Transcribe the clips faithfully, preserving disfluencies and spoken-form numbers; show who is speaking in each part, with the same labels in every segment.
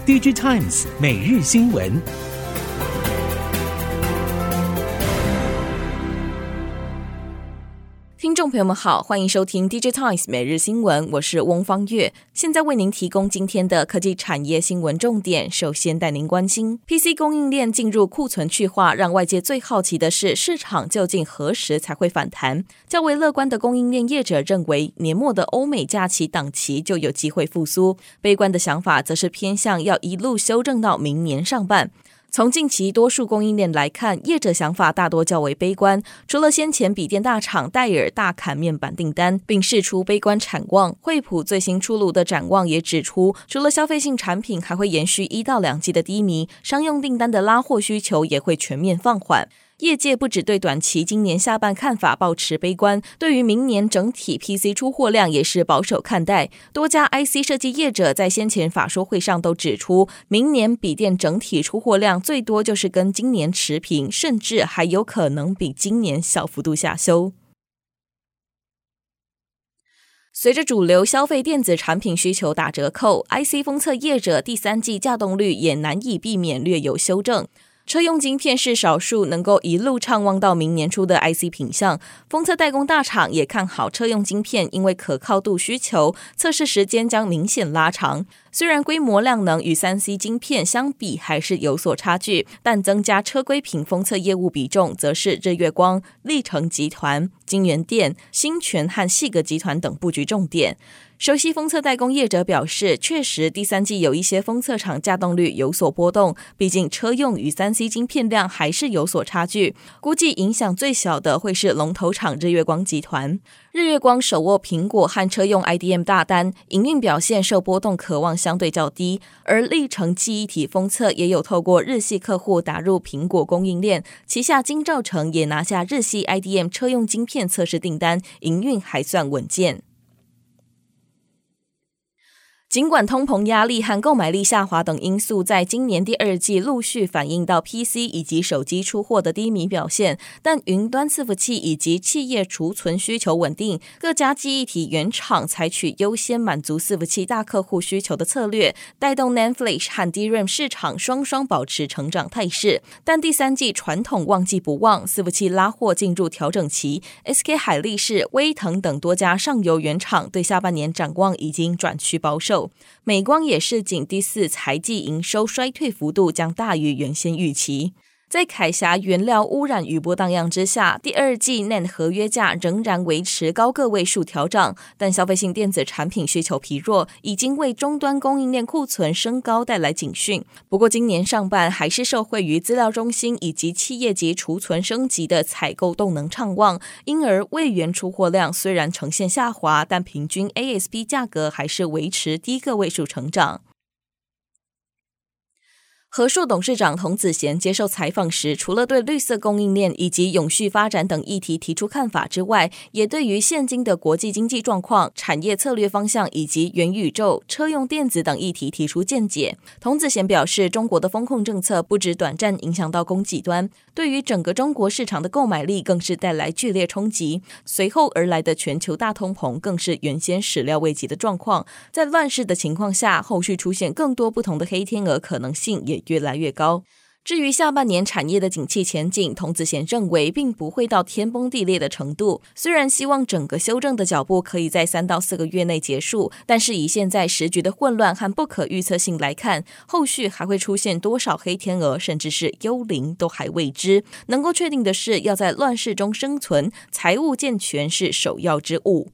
Speaker 1: D J Times 每日新闻。
Speaker 2: 听众朋友们好，欢迎收听 D J Times 每日新闻，我是翁方月，现在为您提供今天的科技产业新闻重点。首先带您关心 P C 供应链进入库存去化，让外界最好奇的是市场究竟何时才会反弹。较为乐观的供应链业者认为，年末的欧美假期档期就有机会复苏，悲观的想法则是偏向要一路修正到明年上半。从近期多数供应链来看，业者想法大多较为悲观，除了先前笔电大厂戴尔大砍面板订单并释出悲观展望，惠普最新出炉的展望也指出，除了消费性产品还会延续一到两季的低迷，商用订单的拉货需求也会全面放缓。业界不只对短期今年下半看法抱持悲观，对于明年整体 P C 出货量也是保守看待。多家 I C 设计业者在先前法说会上都指出，明年笔电整体出货量最多就是跟今年持平，甚至还有可能比今年小幅度下修。随着主流消费电子产品需求打折扣， I C 封测业者第三季稼动率也难以避免略有修正。车用晶片是少数能够一路畅望到明年初的 I C 品项，封测代工大厂也看好车用晶片，因为可靠度需求，测试时间将明显拉长。虽然规模量能与 三 C 晶片相比还是有所差距，但增加车规品封测业务比重则是日月光、力成集团、金源电、新全和细格集团等布局重点。熟悉封测代工业者表示，确实第三季有一些封测厂稼动率有所波动，毕竟车用与 三 C 晶片量还是有所差距，估计影响最小的会是龙头厂日月光集团。日月光手握苹果和车用 I D M 大单，营运表现受波动可望相对较低，而力成记忆体封测也有透过日系客户打入苹果供应链，旗下金兆成也拿下日系 I D M 车用晶片测试订单，营运还算稳健。尽管通膨压力和购买力下滑等因素在今年第二季陆续反映到 P C 以及手机出货的低迷表现，但云端伺服器以及企业储存需求稳定，各家记忆体原厂采取优先满足伺服器大客户需求的策略，带动 NAND Flash 和 D RAM 市场双双保持成长态势。但第三季传统旺季不旺，伺服器拉货进入调整期， S K 海力士、威腾等多家上游原厂对下半年展望已经转趋保守。美光也示警，第四财季营收衰退幅度将大于原先预期。在凯霞原料污染余波荡漾之下，第二季 N A N D 合约价仍然维持高个位数调涨，但消费性电子产品需求疲弱，已经为终端供应链库存升高带来警讯。不过今年上半还是受惠于资料中心以及企业级储存升级的采购动能畅旺，因而位元出货量虽然呈现下滑，但平均 A S P 价格还是维持低个位数成长。和硕董事长童子贤接受采访时，除了对绿色供应链以及永续发展等议题提出看法之外，也对于现今的国际经济状况、产业策略方向以及元宇宙、车用电子等议题提出见解。童子贤表示，中国的风控政策不只短暂影响到供给端，对于整个中国市场的购买力更是带来剧烈冲击。随后而来的全球大通膨更是原先始料未及的状况。在乱世的情况下，后续出现更多不同的黑天鹅可能性也越来越高。至于下半年产业的景气前景，童子贤认为并不会到天崩地裂的程度，虽然希望整个修正的脚步可以在三到四个月内结束，但是以现在时局的混乱和不可预测性来看，后续还会出现多少黑天鹅甚至是幽灵都还未知。能够确定的是，要在乱世中生存，财务健全是首要之务。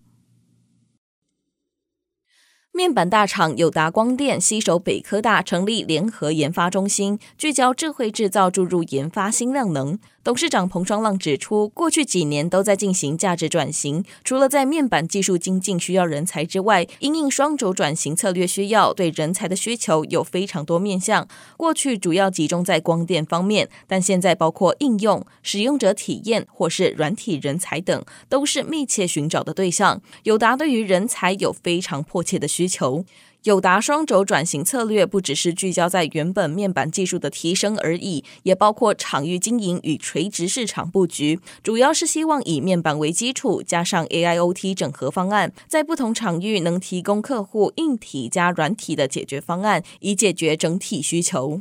Speaker 2: 面板大厂友达光电携手北科大成立联合研发中心，聚焦智慧制造注入研发新量能。董事长彭双浪指出，过去几年都在进行价值转型，除了在面板技术精进需要人才之外，因应双轴转型策略需要，对人才的需求有非常多面向。过去主要集中在光电方面，但现在包括应用、使用者体验或是软体人才等，都是密切寻找的对象。友达对于人才有非常迫切的需求。 友达双轴转型策略不只是聚焦在原本面板技术的提升而已，也包括场域经营与垂直市场布局，主要是希望以面板为基础，加上 A I O T 整合方案，在不同场域能提供客户硬体加软体的解决方案，以解决整体需求。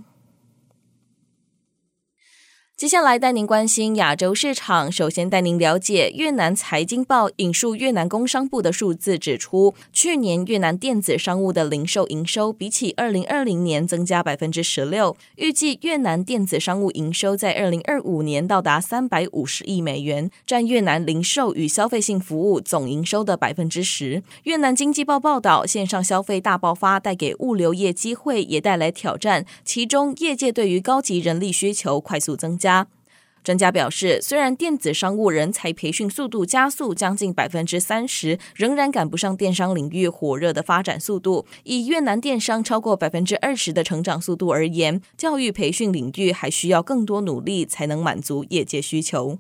Speaker 2: 接下来带您关心亚洲市场，首先带您了解越南财经报引述越南工商部的数字指出，去年越南电子商务的零售营收比起二零二零年增加 百分之十六， 预计越南电子商务营收在二零二五年到达三百五十亿美元，占越南零售与消费性服务总营收的 百分之十。 越南经济报报道，线上消费大爆发带给物流业机会，也带来挑战，其中业界对于高级人力需求快速增加。专家表示，虽然电子商务人才培训速度加速将近 百分之三十， 仍然赶不上电商领域火热的发展速度。以越南电商超过 百分之二十 的成长速度而言，教育培训领域还需要更多努力才能满足业界需求。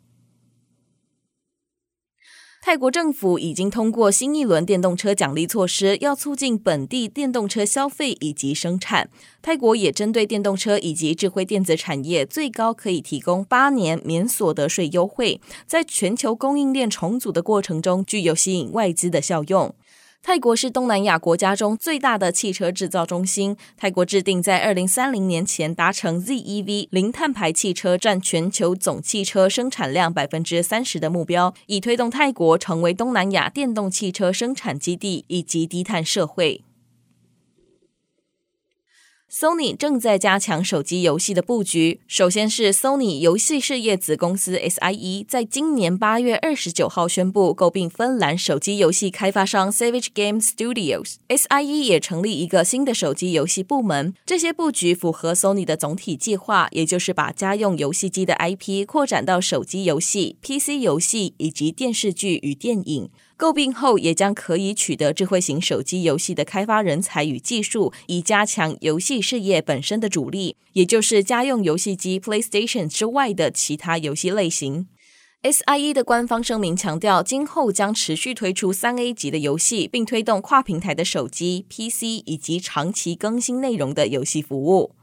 Speaker 2: 泰国政府已经通过新一轮电动车奖励措施，要促进本地电动车消费以及生产。泰国也针对电动车以及智慧电子产业，最高可以提供八年免所得税优惠，在全球供应链重组的过程中，具有吸引外资的效用。泰国是东南亚国家中最大的汽车制造中心。泰国制定在二零三零年前达成 Z E V 零碳排汽车占全球总汽车生产量 百分之三十 的目标，以推动泰国成为东南亚电动汽车生产基地以及低碳社会。Sony 正在加强手机游戏的布局。首先是 Sony 游戏事业子公司 S I E 在今年八月二十九号宣布购并芬兰手机游戏开发商 Savage Game Studios。 S I E 也成立一个新的手机游戏部门。这些布局符合 Sony 的总体计划，也就是把家用游戏机的 I P 扩展到手机游戏、P C 游戏以及电视剧与电影。购并后也将可以取得智慧型手机游戏的开发人才与技术，以加强游戏事业本身的主力，也就是家用游戏机 PlayStation 之外的其他游戏类型。S I E 的官方声明强调，今后将持续推出 三 A 级的游戏，并推动跨平台的手机、P C 以及长期更新内容的游戏服务。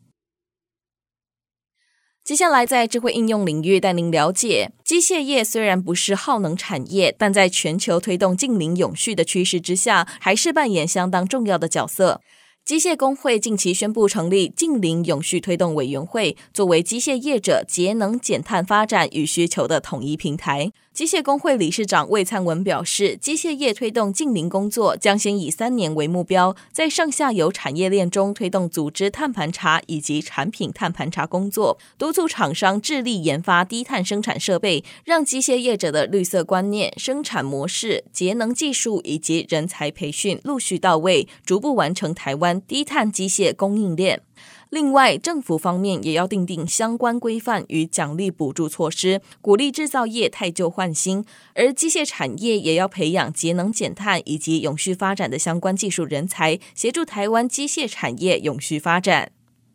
Speaker 2: 接下来在智慧应用领域带您了解，机械业虽然不是耗能产业，但在全球推动净零永续的趋势之下，还是扮演相当重要的角色。机械工会近期宣布成立净零永续推动委员会，作为机械业者节能减碳发展与需求的统一平台。机械工会理事长魏灿文表示，机械业推动净零工作将先以三年为目标，在上下游产业链中推动组织碳盘查以及产品碳盘查工作，督促厂商致力研发低碳生产设备，让机械业者的绿色观念、生产模式、节能技术以及人才培训陆续到位，逐步完成台湾低碳机械供应链。另外，政府方面也要订定相关规范与奖励补助措施，鼓励制造业汰旧换新，而机械产业也要培养节能减碳以及永续发展的相关技术人才，协助台湾机械产业永续发展。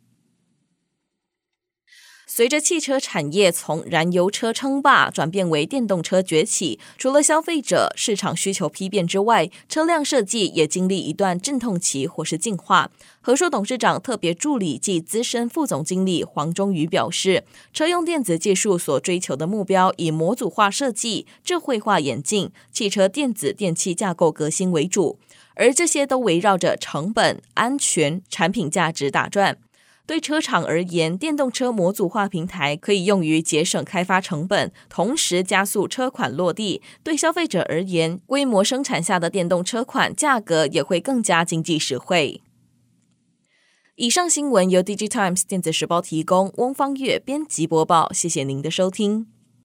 Speaker 2: 随着汽车产业从燃油车称霸转变为电动车崛起，除了消费者市场需求批变之外，车辆设计也经历一段阵痛期或是进化。和硕董事长特别助理暨资深副总经理黄忠宇表示，车用电子技术所追求的目标以模组化设计、智慧化演进、汽车电子电气架构革新为主，而这些都围绕着成本、安全、产品价值打转。对车厂而言，电动车模组化平台可以用于节省开发成本，同时加速车款落地。对消费者而言，规模生产下的电动车款价格也会更加经济实惠。以上新闻由 Digitimes 电子时报提供，翁方月编辑播报，谢谢您的收听。